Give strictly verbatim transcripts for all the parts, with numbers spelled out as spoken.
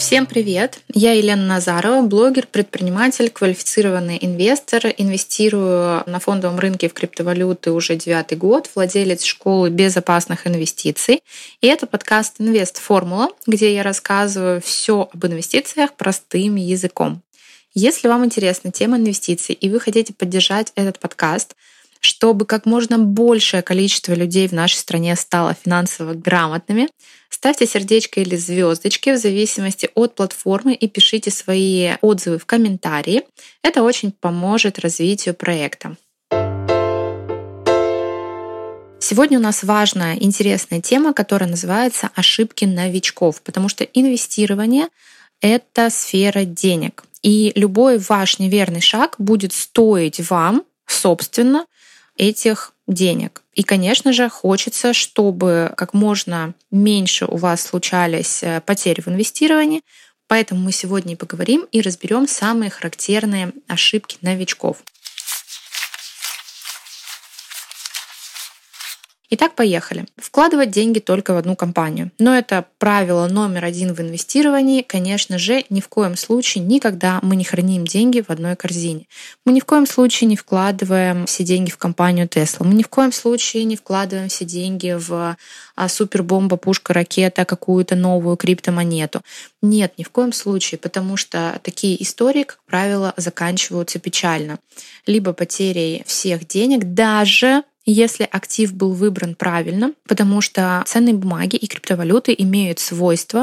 Всем привет! Я Елена Назарова, блогер, предприниматель, квалифицированный инвестор. Инвестирую на фондовом рынке в криптовалюты уже девятый год, владелец школы безопасных инвестиций. И это подкаст «Инвест Формула», где я рассказываю все об инвестициях простым языком. Если вам интересна тема инвестиций и вы хотите поддержать этот подкаст, чтобы как можно большее количество людей в нашей стране стало финансово грамотными, ставьте сердечко или звездочки в зависимости от платформы и пишите свои отзывы в комментарии. Это очень поможет развитию проекта. Сегодня у нас важная, интересная тема, которая называется «Ошибки новичков», потому что инвестирование — это сфера денег. И любой ваш неверный шаг будет стоить вам, собственно, этих денег. И, конечно же, хочется, чтобы как можно меньше у вас случались потери в инвестировании. Поэтому мы сегодня и поговорим и разберем самые характерные ошибки новичков. Итак, поехали. Вкладывать деньги только в одну компанию. Но это правило номер один в инвестировании. Конечно же, ни в коем случае никогда мы не храним деньги в одной корзине. Мы ни в коем случае не вкладываем все деньги в компанию Tesla. Мы ни в коем случае не вкладываем все деньги в супербомба, пушка, ракета, какую-то новую криптомонету. Нет, ни в коем случае, потому что такие истории, как правило, заканчиваются печально. Либо потерей всех денег, даже если актив был выбран правильно, потому что ценные бумаги и криптовалюты имеют свойство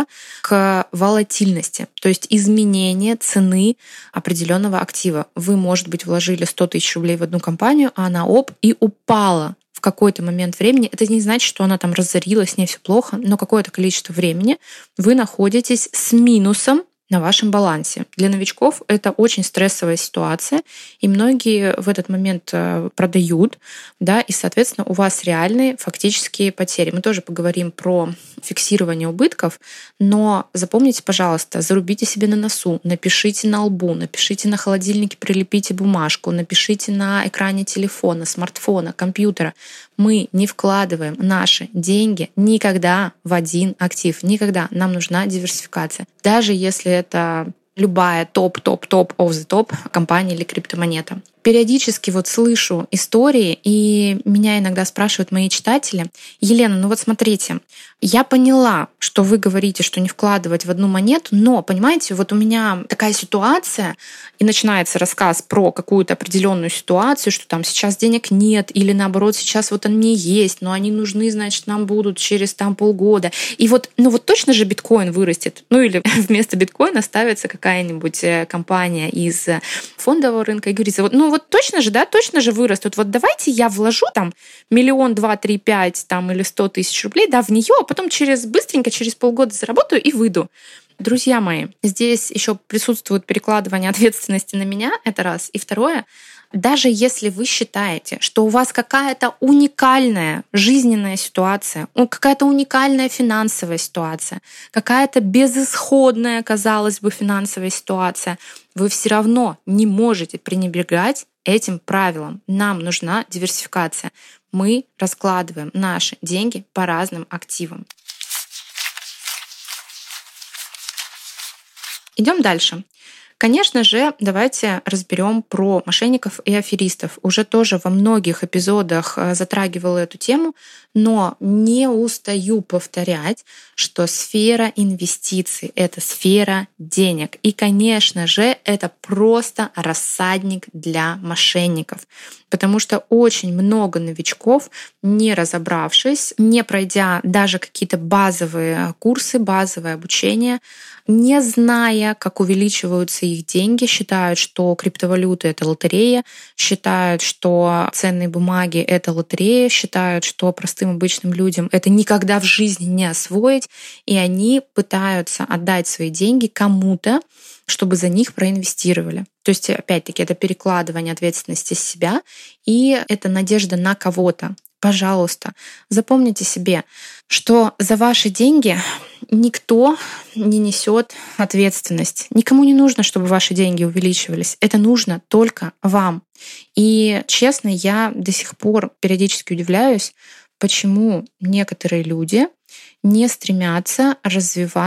к волатильности, то есть изменение цены определенного актива. Вы, может быть, вложили сто тысяч рублей в одну компанию, а она оп и упала в какой-то момент времени. Это не значит, что она там разорилась, с ней все плохо, но какое-то количество времени вы находитесь с минусом на вашем балансе. Для новичков это очень стрессовая ситуация, и многие в этот момент продают, да, и, соответственно, у вас реальные фактические потери. Мы тоже поговорим про фиксирование убытков, но запомните, пожалуйста, зарубите себе на носу, напишите на лбу, напишите на холодильнике, прилепите бумажку, напишите на экране телефона, смартфона, компьютера. Мы не вкладываем наши деньги никогда в один актив. Никогда. Нам нужна диверсификация. Даже если это любая топ-топ-топ of the top компания или криптомонета. Периодически вот слышу истории, и меня иногда спрашивают мои читатели: Елена, ну вот смотрите, я поняла, что вы говорите, что не вкладывать в одну монету, но, понимаете, вот у меня такая ситуация, и начинается рассказ про какую-то определенную ситуацию, что там сейчас денег нет, или наоборот, сейчас вот они есть, но они нужны, значит, нам будут через там полгода. И вот, ну вот точно же биткоин вырастет. Ну или вместо биткоина ставится какая-нибудь компания из фондового рынка и говорится: вот, ну вот точно же, да, точно же вырастут. Вот давайте я вложу там миллион, два, три, пять там или сто тысяч рублей, да, в нее, а потом через быстренько, через полгода заработаю и выйду. Друзья мои, здесь еще присутствует перекладывание ответственности на меня, это раз. И второе, даже если вы считаете, что у вас какая-то уникальная жизненная ситуация, какая-то уникальная финансовая ситуация, какая-то безысходная, казалось бы, финансовая ситуация, вы все равно не можете пренебрегать этим правилом. Нам нужна диверсификация. Мы раскладываем наши деньги по разным активам. Идем дальше. Конечно же, давайте разберем про мошенников и аферистов. Уже тоже во многих эпизодах затрагивала эту тему, но не устаю повторять, что сфера инвестиций — это сфера денег. И, конечно же, это просто рассадник для мошенников. Потому что очень много новичков, не разобравшись, не пройдя даже какие-то базовые курсы, базовое обучение, не зная, как увеличиваются их деньги, считают, что криптовалюты — это лотерея, считают, что ценные бумаги — это лотерея, считают, что простым обычным людям это никогда в жизни не освоить, и они пытаются отдать свои деньги кому-то, чтобы за них проинвестировали. То есть, опять-таки, это перекладывание ответственности с себя, и это надежда на кого-то. Пожалуйста, запомните себе, что за ваши деньги никто не несет ответственность. Никому не нужно, чтобы ваши деньги увеличивались. Это нужно только вам. И, честно, я до сих пор периодически удивляюсь, почему некоторые люди не стремятся развивать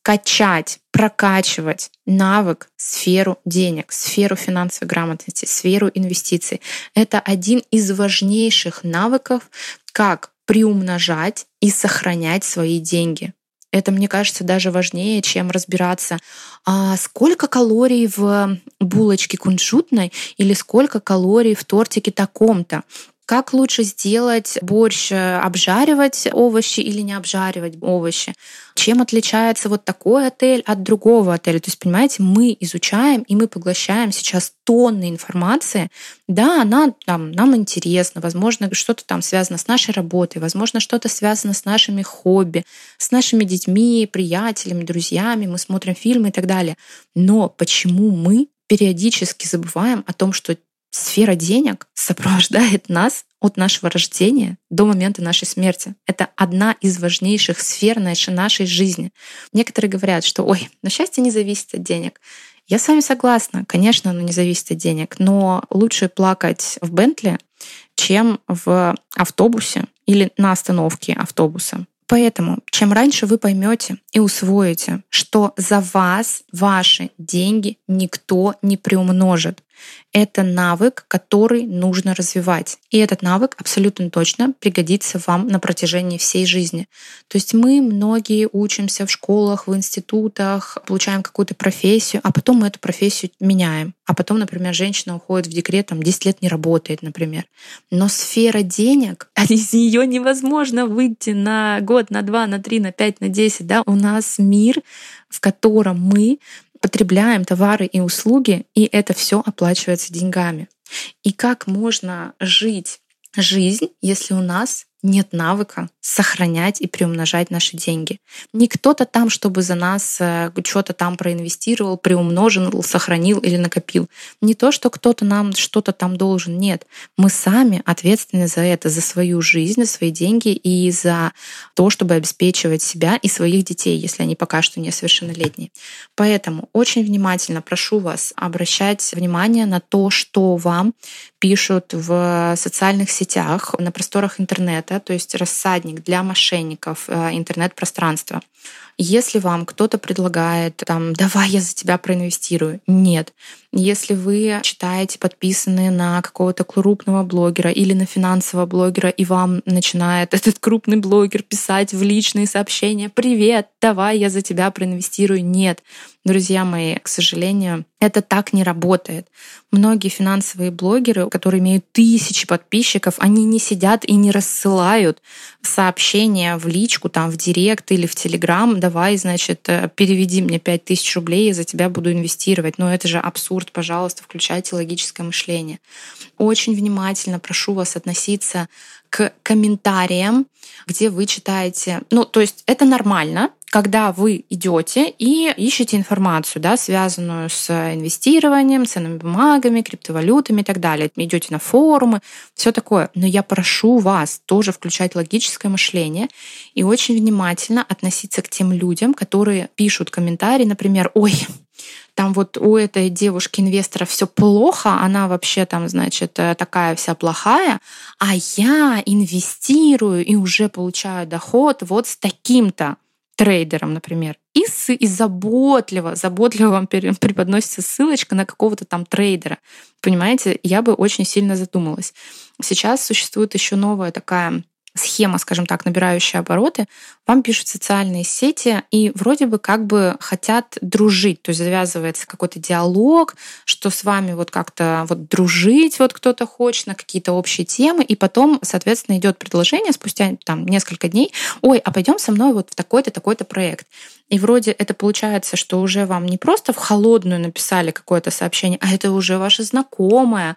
качать, прокачивать навык, сферу денег, сферу финансовой грамотности, сферу инвестиций. Это один из важнейших навыков, как приумножать и сохранять свои деньги. Это, мне кажется, даже важнее, чем разбираться, а сколько калорий в булочке кунжутной или сколько калорий в тортике таком-то. Как лучше сделать борщ, обжаривать овощи или не обжаривать овощи? Чем отличается вот такой отель от другого отеля? То есть, понимаете, мы изучаем и мы поглощаем сейчас тонны информации. Да, она там, нам интересна, возможно, что-то там связано с нашей работой, возможно, что-то связано с нашими хобби, с нашими детьми, приятелями, друзьями, мы смотрим фильмы и так далее. Но почему мы периодически забываем о том, что сфера денег сопровождает нас от нашего рождения до момента нашей смерти. Это одна из важнейших сфер нашей, нашей жизни. Некоторые говорят, что ой, но счастье не зависит от денег. Я с вами согласна, конечно, оно не зависит от денег, но лучше плакать в Бентли, чем в автобусе или на остановке автобуса. Поэтому, чем раньше вы поймете и усвоите, что за вас ваши деньги никто не приумножит, это навык, который нужно развивать. И этот навык абсолютно точно пригодится вам на протяжении всей жизни. То есть мы многие учимся в школах, в институтах, получаем какую-то профессию, а потом мы эту профессию меняем. А потом, например, женщина уходит в декрет, там десять лет не работает, например. Но сфера денег, из нее невозможно выйти на год, на два, на три, на пять, на десять. Да? У нас мир, в котором мы потребляем товары и услуги, и это все оплачивается деньгами. И как можно жить жизнь, если у нас нет навыка сохранять и приумножать наши деньги? Не кто-то там, чтобы за нас что-то там проинвестировал, приумножил, сохранил или накопил. Не то, что кто-то нам что-то там должен. Нет. Мы сами ответственны за это, за свою жизнь, за свои деньги и за то, чтобы обеспечивать себя и своих детей, если они пока что несовершеннолетние. Поэтому очень внимательно прошу вас обращать внимание на то, что вам пишут в социальных сетях, на просторах интернета, то есть рассадник для мошенников интернет-пространства. Если вам кто-то предлагает, там, давай я за тебя проинвестирую, нет. Если вы читаете, подписаны на какого-то крупного блогера или на финансового блогера, и вам начинает этот крупный блогер писать в личные сообщения: «Привет, давай я за тебя проинвестирую», нет. Друзья мои, к сожалению, это так не работает. Многие финансовые блогеры, которые имеют тысячи подписчиков, они не сидят и не рассылают сообщения в личку, там, в директ или в Телеграм: давай, значит, переведи мне пять тысяч рублей, я за тебя буду инвестировать. Но это же абсурд, пожалуйста, включайте логическое мышление. Очень внимательно прошу вас относиться к комментариям, где вы читаете. Ну, то есть это нормально, когда вы идете и ищете информацию, да, связанную с инвестированием, ценными бумагами, криптовалютами и так далее. Идете на форумы, все такое. Но я прошу вас тоже включать логическое мышление и очень внимательно относиться к тем людям, которые пишут комментарии, например: «Ой, там вот у этой девушки-инвестора все плохо, она вообще там, значит, такая вся плохая, а я инвестирую и уже получаю доход вот с таким-то трейдером», например. И, с, и заботливо, заботливо вам преподносится ссылочка на какого-то там трейдера. Понимаете, я бы очень сильно задумалась. Сейчас существует еще новая такая схема, скажем так, набирающая обороты. Вам пишут социальные сети и вроде бы как бы хотят дружить. То есть завязывается какой-то диалог, что с вами вот как-то вот дружить вот кто-то хочет на какие-то общие темы. И потом, соответственно, идет предложение спустя там несколько дней: ой, а пойдем со мной вот в такой-то, такой-то проект. И вроде это получается, что уже вам не просто в холодную написали какое-то сообщение, а это уже ваша знакомая,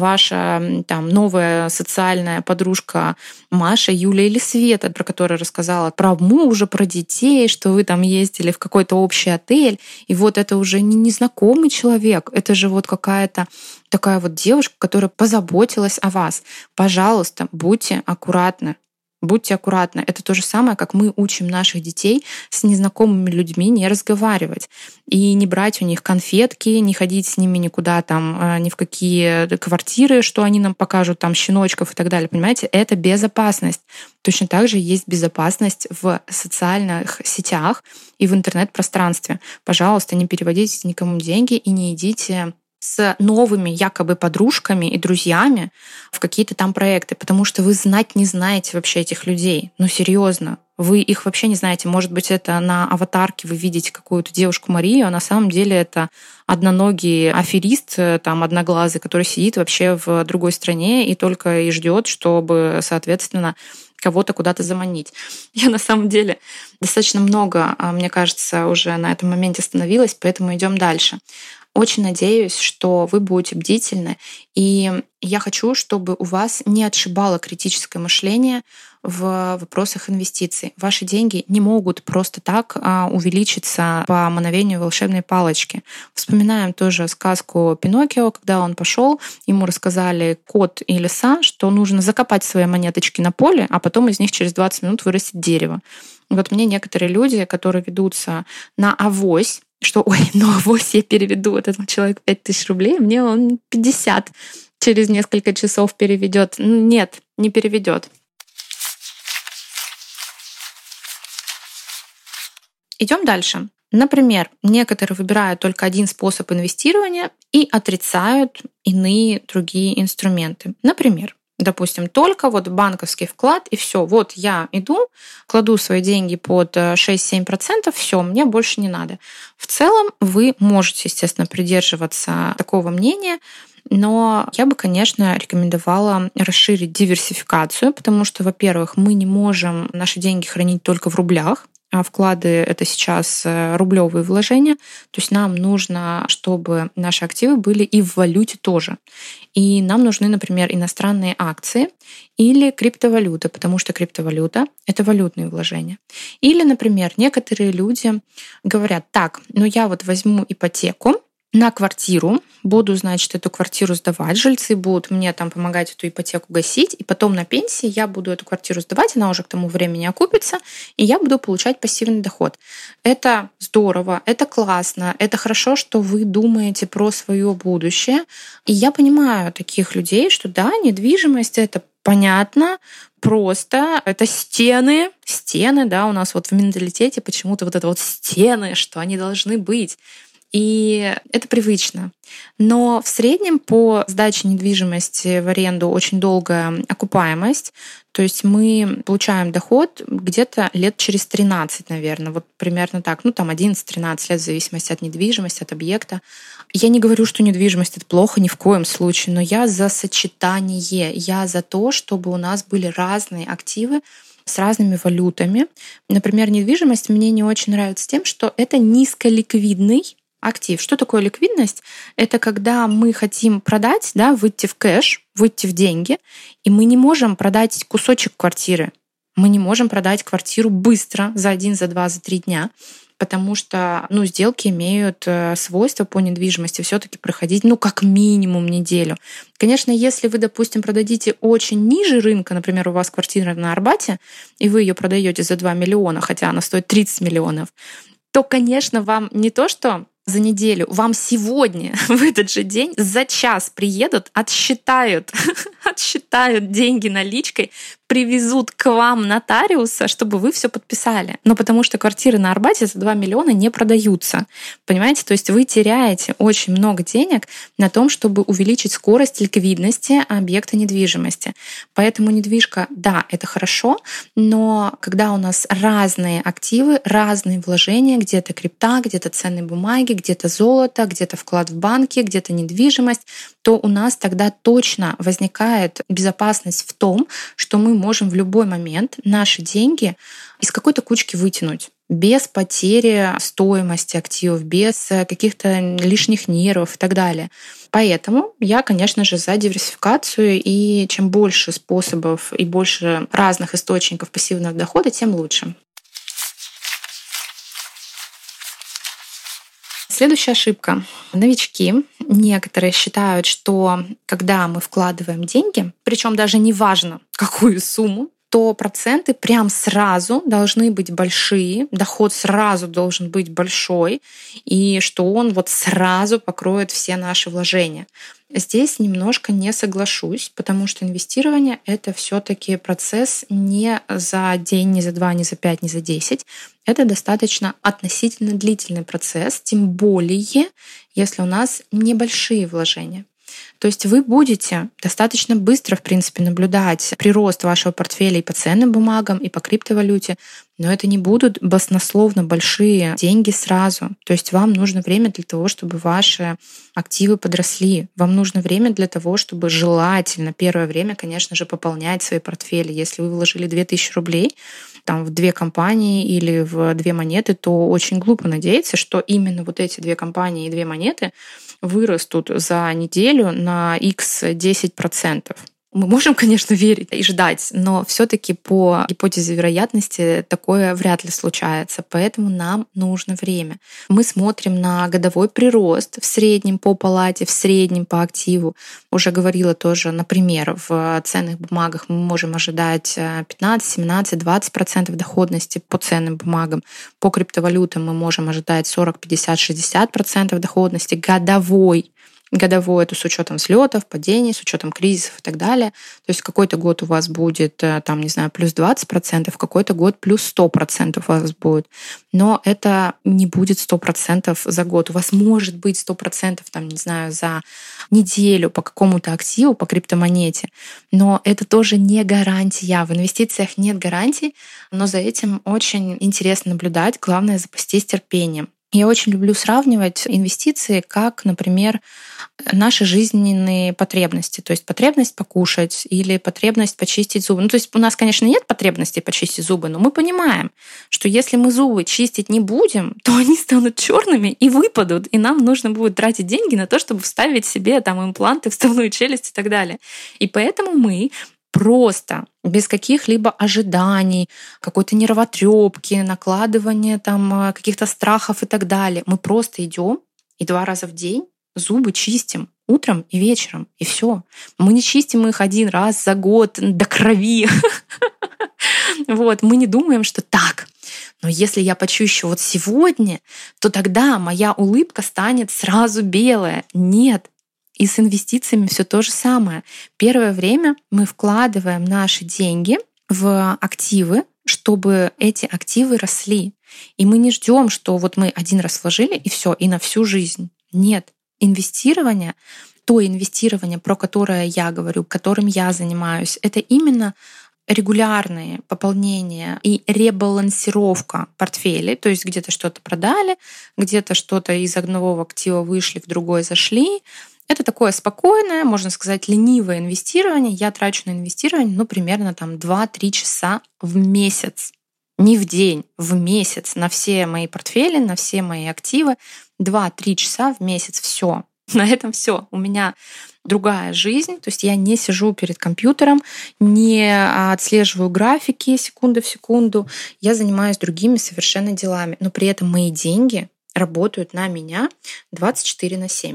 ваша там новая социальная подружка Маша, Юля или Света, про которую рассказала про мужа, про детей, что вы там ездили в какой-то общий отель. И вот это уже не незнакомый человек, это же вот какая-то такая вот девушка, которая позаботилась о вас. Пожалуйста, будьте аккуратны. Будьте аккуратны. Это то же самое, как мы учим наших детей с незнакомыми людьми не разговаривать и не брать у них конфетки, не ходить с ними никуда там, ни в какие квартиры, что они нам покажут, там, щеночков и так далее. Понимаете, это безопасность. Точно так же есть безопасность в социальных сетях и в интернет-пространстве. Пожалуйста, не переводите никому деньги и не идите с новыми якобы подружками и друзьями в какие-то там проекты, потому что вы знать не знаете вообще этих людей. Ну, серьезно. Вы их вообще не знаете. Может быть, это на аватарке вы видите какую-то девушку Марию, а на самом деле это одноногий аферист, там, одноглазый, который сидит вообще в другой стране и только и ждет, чтобы, соответственно, кого-то куда-то заманить. Я на самом деле достаточно много, мне кажется, уже на этом моменте остановилась, поэтому идем дальше. Очень надеюсь, что вы будете бдительны, и я хочу, чтобы у вас не отшибало критическое мышление в вопросах инвестиций. Ваши деньги не могут просто так увеличиться по мановению волшебной палочки. Вспоминаем тоже сказку Пиноккио, когда он пошел, ему рассказали кот и лиса, что нужно закопать свои монеточки на поле, а потом из них через двадцать минут вырастет дерево. Вот мне некоторые люди, которые ведутся на авось, что, ой, ну авось я переведу вот этому человеку пять тысяч рублей, мне он пятьдесят через несколько часов переведет. Нет, не переведет. Идем дальше. Например, некоторые выбирают только один способ инвестирования и отрицают иные другие инструменты. Например, допустим, только вот банковский вклад, и все. Вот я иду, кладу свои деньги под шесть-семь процентов, все, мне больше не надо. В целом вы можете, естественно, придерживаться такого мнения, но я бы, конечно, рекомендовала расширить диверсификацию, потому что, во-первых, мы не можем наши деньги хранить только в рублях, а вклады — это сейчас рублевые вложения. То есть нам нужно, чтобы наши активы были и в валюте тоже. И нам нужны, например, иностранные акции или криптовалюта, потому что криптовалюта — это валютные вложения. Или, например, некоторые люди говорят: так, ну я вот возьму ипотеку на квартиру, буду, значит, эту квартиру сдавать, жильцы будут мне там помогать эту ипотеку гасить, и потом на пенсии я буду эту квартиру сдавать, она уже к тому времени окупится, и я буду получать пассивный доход. Это здорово, это классно, это хорошо, что вы думаете про свое будущее. И я понимаю таких людей, что да, недвижимость — это понятно, просто это стены, стены, да, у нас вот в менталитете почему-то вот это вот стены, что они должны быть. И это привычно. Но в среднем по сдаче недвижимости в аренду очень долгая окупаемость. То есть мы получаем доход где-то лет через тринадцать, наверное. Вот примерно так. Ну, там одиннадцать-тринадцать лет в зависимости от недвижимости, от объекта. Я не говорю, что недвижимость — это плохо, ни в коем случае, но я за сочетание. Я за то, чтобы у нас были разные активы с разными валютами. Например, недвижимость мне не очень нравится тем, что это низколиквидный актив. Что такое ликвидность? Это когда мы хотим продать, да, выйти в кэш, выйти в деньги, и мы не можем продать кусочек квартиры. Мы не можем продать квартиру быстро, за один, за два, за три дня, потому что, ну, сделки имеют свойство по недвижимости все-таки проходить, ну, как минимум неделю. Конечно, если вы, допустим, продадите очень ниже рынка, например, у вас квартира на Арбате, и вы ее продаете за два миллиона, хотя она стоит тридцать миллионов, то, конечно, вам не то, что за неделю, вам сегодня, в этот же день, за час приедут, отсчитают, отсчитают деньги наличкой, привезут к вам нотариуса, чтобы вы все подписали. Но потому что квартиры на Арбате за два миллиона не продаются. Понимаете? То есть вы теряете очень много денег на том, чтобы увеличить скорость ликвидности объекта недвижимости. Поэтому недвижка, да, это хорошо, но когда у нас разные активы, разные вложения, где-то крипта, где-то ценные бумаги, где-то золото, где-то вклад в банки, где-то недвижимость, то у нас тогда точно возникает безопасность в том, что мы можем в любой момент наши деньги из какой-то кучки вытянуть без потери стоимости активов, без каких-то лишних нервов и так далее. Поэтому я, конечно же, за диверсификацию, и чем больше способов и больше разных источников пассивного дохода, тем лучше. Следующая ошибка. Новички некоторые считают, что когда мы вкладываем деньги, причем даже не важно, какую сумму, то проценты прям сразу должны быть большие, доход сразу должен быть большой, и что он вот сразу покроет все наши вложения. Здесь немножко не соглашусь, потому что инвестирование — это все-таки процесс не за день, не за два, не за пять, не за десять. Это достаточно относительно длительный процесс, тем более, если у нас небольшие вложения. То есть вы будете достаточно быстро, в принципе, наблюдать прирост вашего портфеля и по ценным бумагам, и по криптовалюте, но это не будут баснословно большие деньги сразу. То есть вам нужно время для того, чтобы ваши активы подросли. Вам нужно время для того, чтобы желательно первое время, конечно же, пополнять свои портфели. Если вы вложили две тысячи рублей там, в две компании или в две монеты, то очень глупо надеяться, что именно вот эти две компании и две монеты вырастут за неделю на икс десять процентов. Мы можем, конечно, верить и ждать, но все-таки по гипотезе вероятности такое вряд ли случается, поэтому нам нужно время. Мы смотрим на годовой прирост в среднем по палате, в среднем по активу. Уже говорила тоже, например, в ценных бумагах мы можем ожидать пятнадцать, семнадцать, двадцать процентов доходности по ценным бумагам. По криптовалютам мы можем ожидать сорок, пятьдесят, шестьдесят процентов доходности годовой. Годовой — это с учетом взлетов, падений, с учетом кризисов и так далее. То есть какой-то год у вас будет, там, не знаю, плюс двадцать процентов, какой-то год плюс сто процентов у вас будет. Но это не будет сто процентов за год. У вас может быть сто процентов, там, не знаю, за неделю по какому-то активу, по криптомонете. Но это тоже не гарантия. В инвестициях нет гарантий, но за этим очень интересно наблюдать. Главное — запастись терпением. Я очень люблю сравнивать инвестиции как, например, наши жизненные потребности. То есть потребность покушать или потребность почистить зубы. Ну, то есть у нас, конечно, нет потребности почистить зубы, но мы понимаем, что если мы зубы чистить не будем, то они станут черными и выпадут, и нам нужно будет тратить деньги на то, чтобы вставить себе там импланты, вставную челюсть и так далее. И поэтому мы просто без каких-либо ожиданий, какой-то нервотрепки, накладывания там каких-то страхов и так далее. Мы просто идем и два раза в день зубы чистим утром и вечером, и все. Мы не чистим их один раз за год до крови. Вот, мы не думаем, что так. Но если я почищу вот сегодня, то тогда моя улыбка станет сразу белая. Нет. И с инвестициями все то же самое. Первое время мы вкладываем наши деньги в активы, чтобы эти активы росли. И мы не ждем, что вот мы один раз вложили и все, и на всю жизнь. Нет. Инвестирование, то инвестирование, про которое я говорю, которым я занимаюсь, это именно регулярные пополнения и ребалансировка портфелей, то есть где-то что-то продали, где-то что-то из одного актива вышли, в другой зашли. Это такое спокойное, можно сказать, ленивое инвестирование. Я трачу на инвестирование, ну, примерно там два-три часа в месяц. Не в день, в месяц на все мои портфели, на все мои активы. два-три часа в месяц. Все. На этом все. У меня другая жизнь. То есть я не сижу перед компьютером, не отслеживаю графики секунда в секунду. Я занимаюсь другими совершенно делами. Но при этом мои деньги работают на меня двадцать четыре на семь.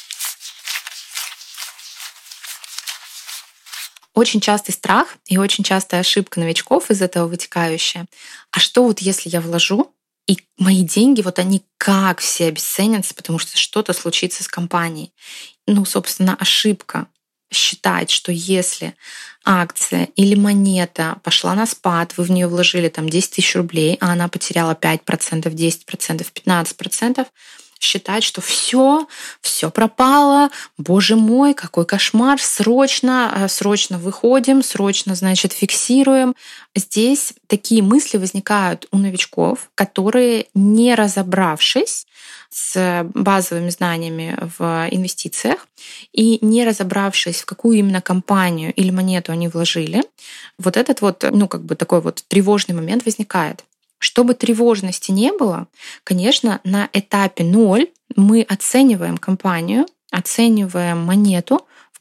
Очень частый страх и очень частая ошибка новичков из этого вытекающая. А что вот если я вложу, и мои деньги, вот они как все обесценятся, потому что что-то случится с компанией? Ну, собственно, ошибка считать, что если акция или монета пошла на спад, вы в нее вложили там десять тысяч рублей, а она потеряла пять процентов, десять процентов, пятнадцать процентов, считать, что все, все пропало, боже мой, какой кошмар, срочно, срочно выходим, срочно, значит, фиксируем. Здесь такие мысли возникают у новичков, которые, не разобравшись с базовыми знаниями в инвестициях и не разобравшись, в какую именно компанию или монету они вложили, вот этот вот, ну, как бы такой вот тревожный момент возникает. Чтобы тревожности не было, конечно, на этапе ноль мы оцениваем компанию, оцениваем монету, в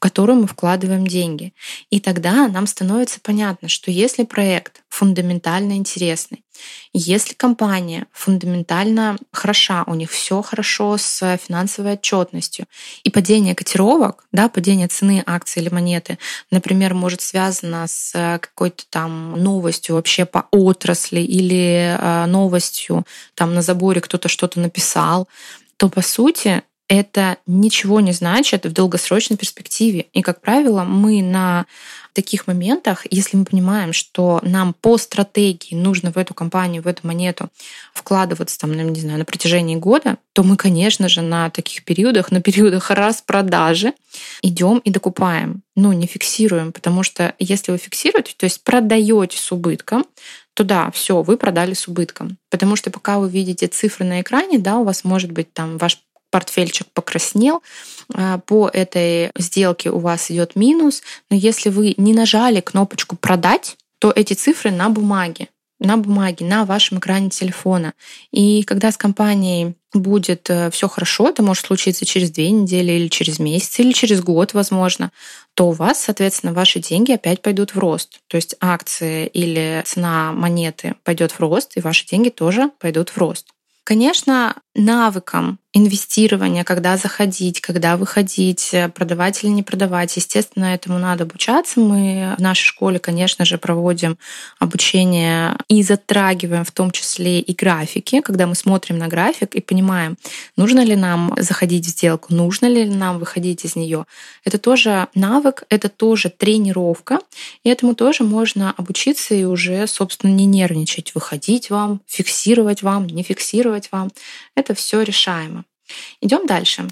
которую мы вкладываем деньги. И тогда нам становится понятно, что если проект фундаментально интересный, если компания фундаментально хороша, у них все хорошо с финансовой отчетностью, и падение котировок, да, падение цены акций или монеты, например, может связано с какой-то там новостью вообще по отрасли или новостью, там на заборе кто-то что-то написал, то по сути это ничего не значит в долгосрочной перспективе. И, как правило, мы на таких моментах, если мы понимаем, что нам по стратегии нужно в эту компанию, в эту монету вкладываться там, не знаю, на протяжении года, то мы, конечно же, на таких периодах, на периодах распродажи идем и докупаем. Ну, не фиксируем, потому что если вы фиксируете, то есть продаете с убытком, то да, все, вы продали с убытком. Потому что пока вы видите цифры на экране, да, у вас может быть там ваш портфельчик покраснел, по этой сделке у вас идет минус, но если вы не нажали кнопочку «Продать», то эти цифры на бумаге, на бумаге, на вашем экране телефона. И когда с компанией будет все хорошо, это может случиться через две недели или через месяц, или через год, возможно, то у вас, соответственно, ваши деньги опять пойдут в рост. То есть акции или цена монеты пойдет в рост, и ваши деньги тоже пойдут в рост. Конечно, навыкам инвестирования, когда заходить, когда выходить, продавать или не продавать, естественно, этому надо обучаться. Мы в нашей школе, конечно же, проводим обучение и затрагиваем в том числе и графики, когда мы смотрим на график и понимаем, нужно ли нам заходить в сделку, нужно ли нам выходить из нее. Это тоже навык, это тоже тренировка, и этому тоже можно обучиться и уже, собственно, не нервничать, выходить вам, фиксировать вам, не фиксировать вам. Это все решаемо. Идем дальше.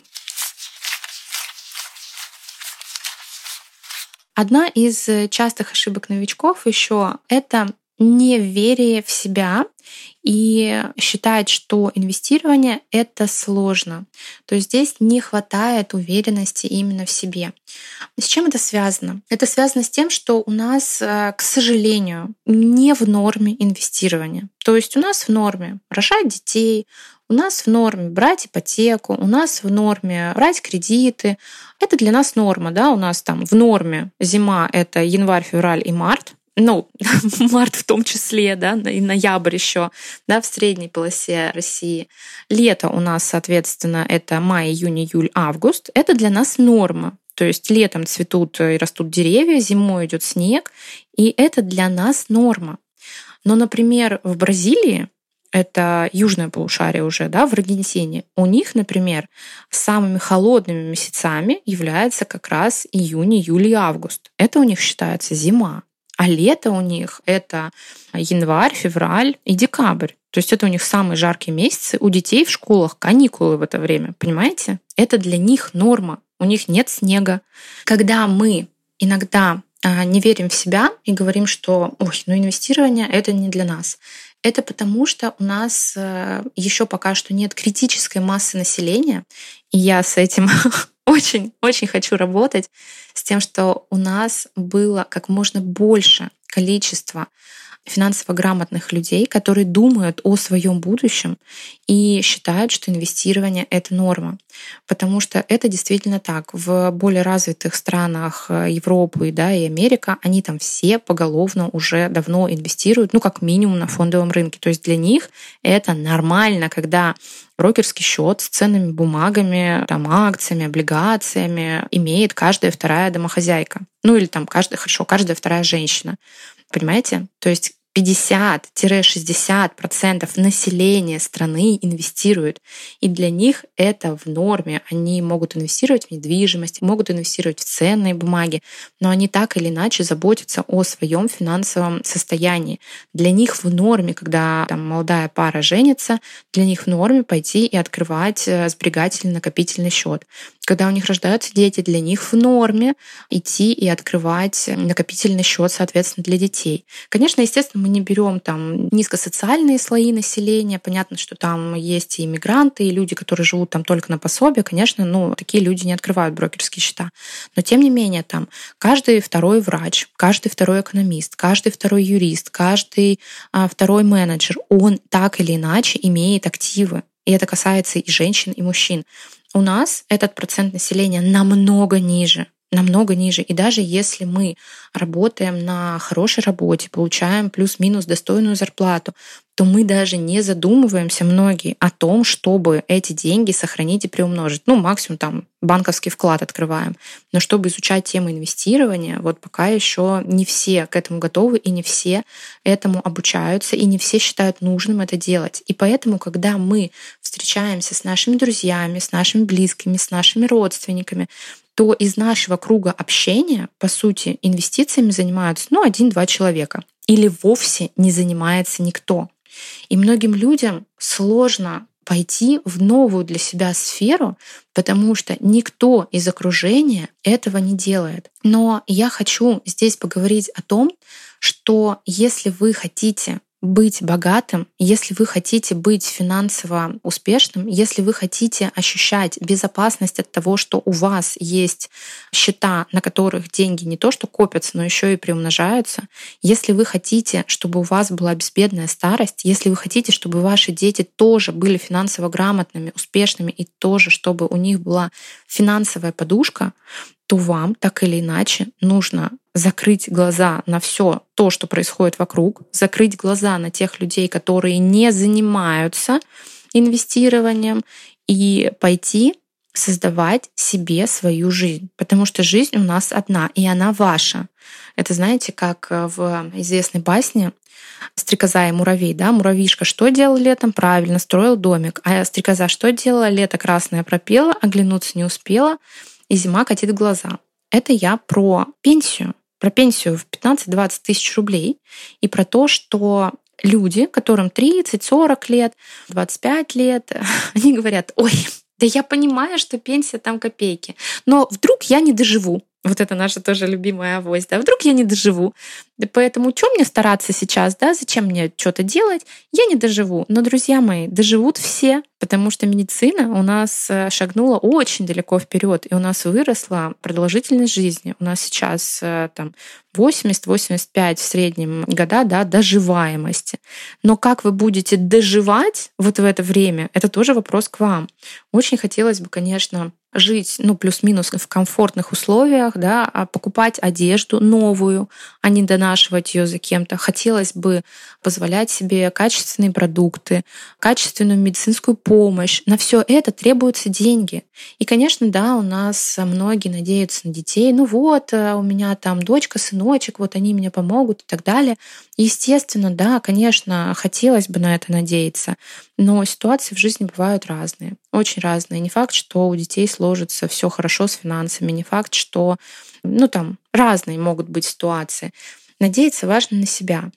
Одна из частых ошибок новичков еще это неверие в себя и считать, что инвестирование — это сложно. То есть здесь не хватает уверенности именно в себе. С чем это связано? Это связано с тем, что у нас, к сожалению, не в норме инвестирования. То есть у нас в норме рожать детей, у нас в норме брать ипотеку, у нас в норме брать кредиты. Это для нас норма, да, у нас там в норме зима — это январь, февраль и март. Ну, март в том числе, да, и ноябрь еще, да, в средней полосе России. Лето у нас, соответственно, это май, июнь, июль, август. Это для нас норма. То есть летом цветут и растут деревья, зимой идет снег, и это для нас норма. Но, например, в Бразилии, это южное полушарие уже, да, в Аргентине, у них, например, самыми холодными месяцами является как раз июнь, июль и август. Это у них считается зима. А лето у них — это январь, февраль и декабрь. То есть это у них самые жаркие месяцы. У детей в школах каникулы в это время, понимаете? Это для них норма. У них нет снега. Когда мы иногда не верим в себя и говорим, что ой, ну инвестирование — это не для нас, это потому, что у нас еще пока что нет критической массы населения, и я с этим очень-очень хочу работать, с тем, что у нас было как можно больше количества финансово грамотных людей, которые думают о своем будущем и считают, что инвестирование — это норма. Потому что это действительно так. В более развитых странах Европы, да, и Америка, они там все поголовно уже давно инвестируют, ну, как минимум на фондовом рынке. То есть для них это нормально, когда брокерский счет с ценными бумагами, там, акциями, облигациями имеет каждая вторая домохозяйка. Ну или там каждая, хорошо, каждая вторая женщина. Понимаете? То есть пятьдесят-шестьдесят процентов населения страны инвестируют. И для них это в норме. Они могут инвестировать в недвижимость, могут инвестировать в ценные бумаги, но они так или иначе заботятся о своем финансовом состоянии. Для них в норме, когда там молодая пара женится, для них в норме пойти и открывать сберегательный накопительный счет. Когда у них рождаются дети, для них в норме идти и открывать накопительный счет, соответственно, для детей. Конечно, естественно, мы не берем там низкосоциальные слои населения. Понятно, что там есть и иммигранты, и люди, которые живут там только на пособие. Конечно, ну, такие люди не открывают брокерские счета. Но тем не менее, там каждый второй врач, каждый второй экономист, каждый второй юрист, каждый а, второй менеджер, он так или иначе имеет активы. И это касается и женщин, и мужчин. У нас этот процент населения намного ниже. намного ниже. И даже если мы работаем на хорошей работе, получаем плюс-минус достойную зарплату, то мы даже не задумываемся многие о том, чтобы эти деньги сохранить и приумножить. Ну, максимум там банковский вклад открываем. Но чтобы изучать тему инвестирования, вот пока еще не все к этому готовы, и не все этому обучаются, и не все считают нужным это делать. И поэтому, когда мы встречаемся с нашими друзьями, с нашими близкими, с нашими родственниками, то из нашего круга общения, по сути, инвестициями занимаются ну, один-два человека. Или вовсе не занимается никто. И многим людям сложно пойти в новую для себя сферу, потому что никто из окружения этого не делает. Но я хочу здесь поговорить о том, что если вы хотите быть богатым, если вы хотите быть финансово успешным, если вы хотите ощущать безопасность от того, что у вас есть счета, на которых деньги не то что копятся, но еще и приумножаются, если вы хотите, чтобы у вас была безбедная старость, если вы хотите, чтобы ваши дети тоже были финансово грамотными, успешными и тоже, чтобы у них была финансовая подушка, то вам так или иначе нужно закрыть глаза на все то, что происходит вокруг, закрыть глаза на тех людей, которые не занимаются инвестированием, и пойти создавать себе свою жизнь. Потому что жизнь у нас одна, и она ваша. Это, знаете, как в известной басне «Стрекоза и муравей». Да? Муравьишка что делал летом? Правильно, строил домик. А стрекоза что делала? Лето красное пропела, оглянуться не успела, и зима катит глаза. Это я про пенсию. Про пенсию в пятнадцать-двадцать тысяч рублей и про то, что люди, которым тридцать-сорок лет, двадцать пять лет, они говорят: ой, да я понимаю, что пенсия там копейки, но вдруг я не доживу. Вот это наша тоже любимая авось, да, вдруг я не доживу. Да поэтому что мне стараться сейчас, да, зачем мне что-то делать, я не доживу. Но, друзья мои, доживут все, потому что медицина у нас шагнула очень далеко вперед, и у нас выросла продолжительность жизни. У нас сейчас там восемьдесят-восемьдесят пять в среднем года, да, доживаемости. Но как вы будете доживать вот в это время, это тоже вопрос к вам. Очень хотелось бы, конечно, жить, ну, плюс-минус в комфортных условиях, да, а покупать одежду новую, а не донашивать ее за кем-то. Хотелось бы позволять себе качественные продукты, качественную медицинскую помощь. На все это требуются деньги. И, конечно, да, у нас многие надеются на детей. Ну вот, у меня там дочка, сыночек, вот они мне помогут и так далее. Естественно, да, конечно, хотелось бы на это надеяться. Но ситуации в жизни бывают разные, очень разные. Не факт, что у детей сложится все хорошо с финансами, не факт, что, ну там, разные могут быть ситуации. Надеяться важно на себя.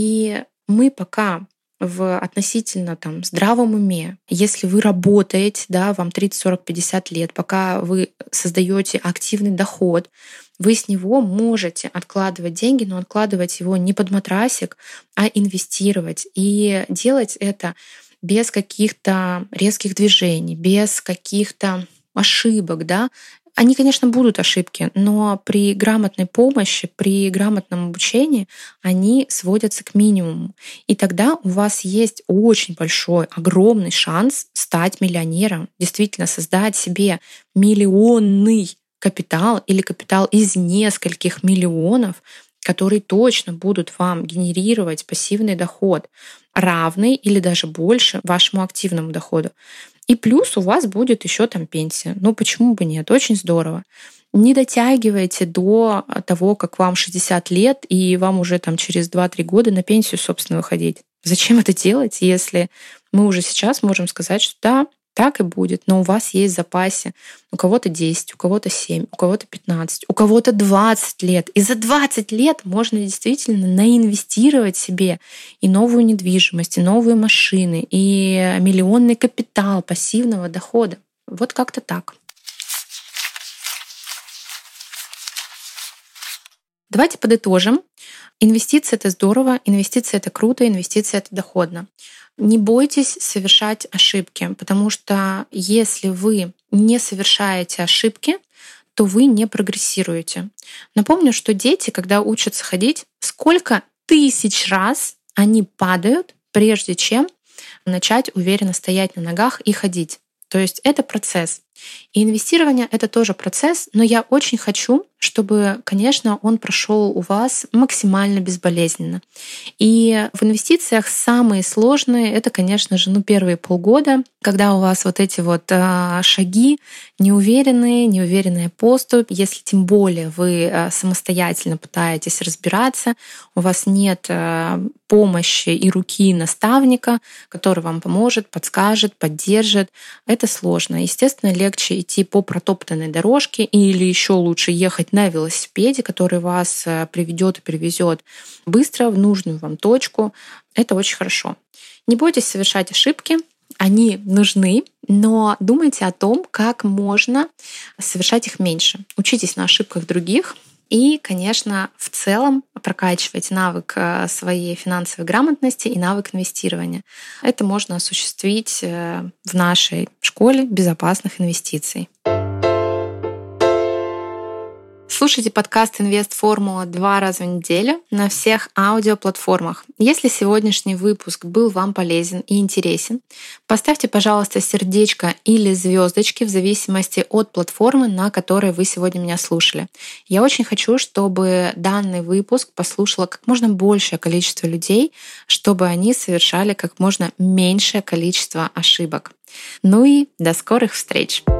И мы пока в относительно там, здравом уме, если вы работаете, да, вам тридцать, сорок, пятьдесят лет, пока вы создаете активный доход, вы с него можете откладывать деньги, но откладывать его не под матрасик, а инвестировать. И делать это без каких-то резких движений, без каких-то ошибок, да. Они, конечно, будут ошибки, но при грамотной помощи, при грамотном обучении они сводятся к минимуму. И тогда у вас есть очень большой, огромный шанс стать миллионером, действительно создать себе миллионный капитал или капитал из нескольких миллионов, которые точно будут вам генерировать пассивный доход, равный или даже больше вашему активному доходу. И плюс у вас будет еще там пенсия. Ну почему бы нет? Очень здорово. Не дотягивайте до того, как вам шестьдесят лет, и вам уже там через два-три года на пенсию, собственно, выходить. Зачем это делать, если мы уже сейчас можем сказать, что да, так и будет, но у вас есть в запасе у кого-то десять, у кого-то семь, у кого-то пятнадцать, у кого-то двадцать лет. И за двадцать лет можно действительно наинвестировать себе и новую недвижимость, и новые машины, и миллионный капитал пассивного дохода. Вот как-то так. Давайте подытожим. Инвестиции — это здорово, инвестиции — это круто, инвестиции — это доходно. Не бойтесь совершать ошибки, потому что если вы не совершаете ошибки, то вы не прогрессируете. Напомню, что дети, когда учатся ходить, сколько тысяч раз они падают, прежде чем начать уверенно стоять на ногах и ходить. То есть это процесс. И инвестирование — это тоже процесс, но я очень хочу, чтобы, конечно, он прошел у вас максимально безболезненно. И в инвестициях самые сложные — это, конечно же, ну, первые полгода, когда у вас вот эти вот а, шаги неуверенные, неуверенная поступь. Если тем более вы а, самостоятельно пытаетесь разбираться, у вас нет а, помощи и руки наставника, который вам поможет, подскажет, поддержит, это сложно. Естественно, легче идти по протоптанной дорожке или еще лучше ехать на велосипеде, который вас приведет и привезет быстро в нужную вам точку. Это очень хорошо. Не бойтесь совершать ошибки, они нужны, но думайте о том, как можно совершать их меньше. Учитесь на ошибках других и, конечно, в целом прокачивайте навык своей финансовой грамотности и навык инвестирования. Это можно осуществить в нашей школе безопасных инвестиций. Слушайте подкаст «Инвест-формула» два раза в неделю на всех аудиоплатформах. Если сегодняшний выпуск был вам полезен и интересен, поставьте, пожалуйста, сердечко или звездочки в зависимости от платформы, на которой вы сегодня меня слушали. Я очень хочу, чтобы данный выпуск послушало как можно большее количество людей, чтобы они совершали как можно меньшее количество ошибок. Ну и до скорых встреч!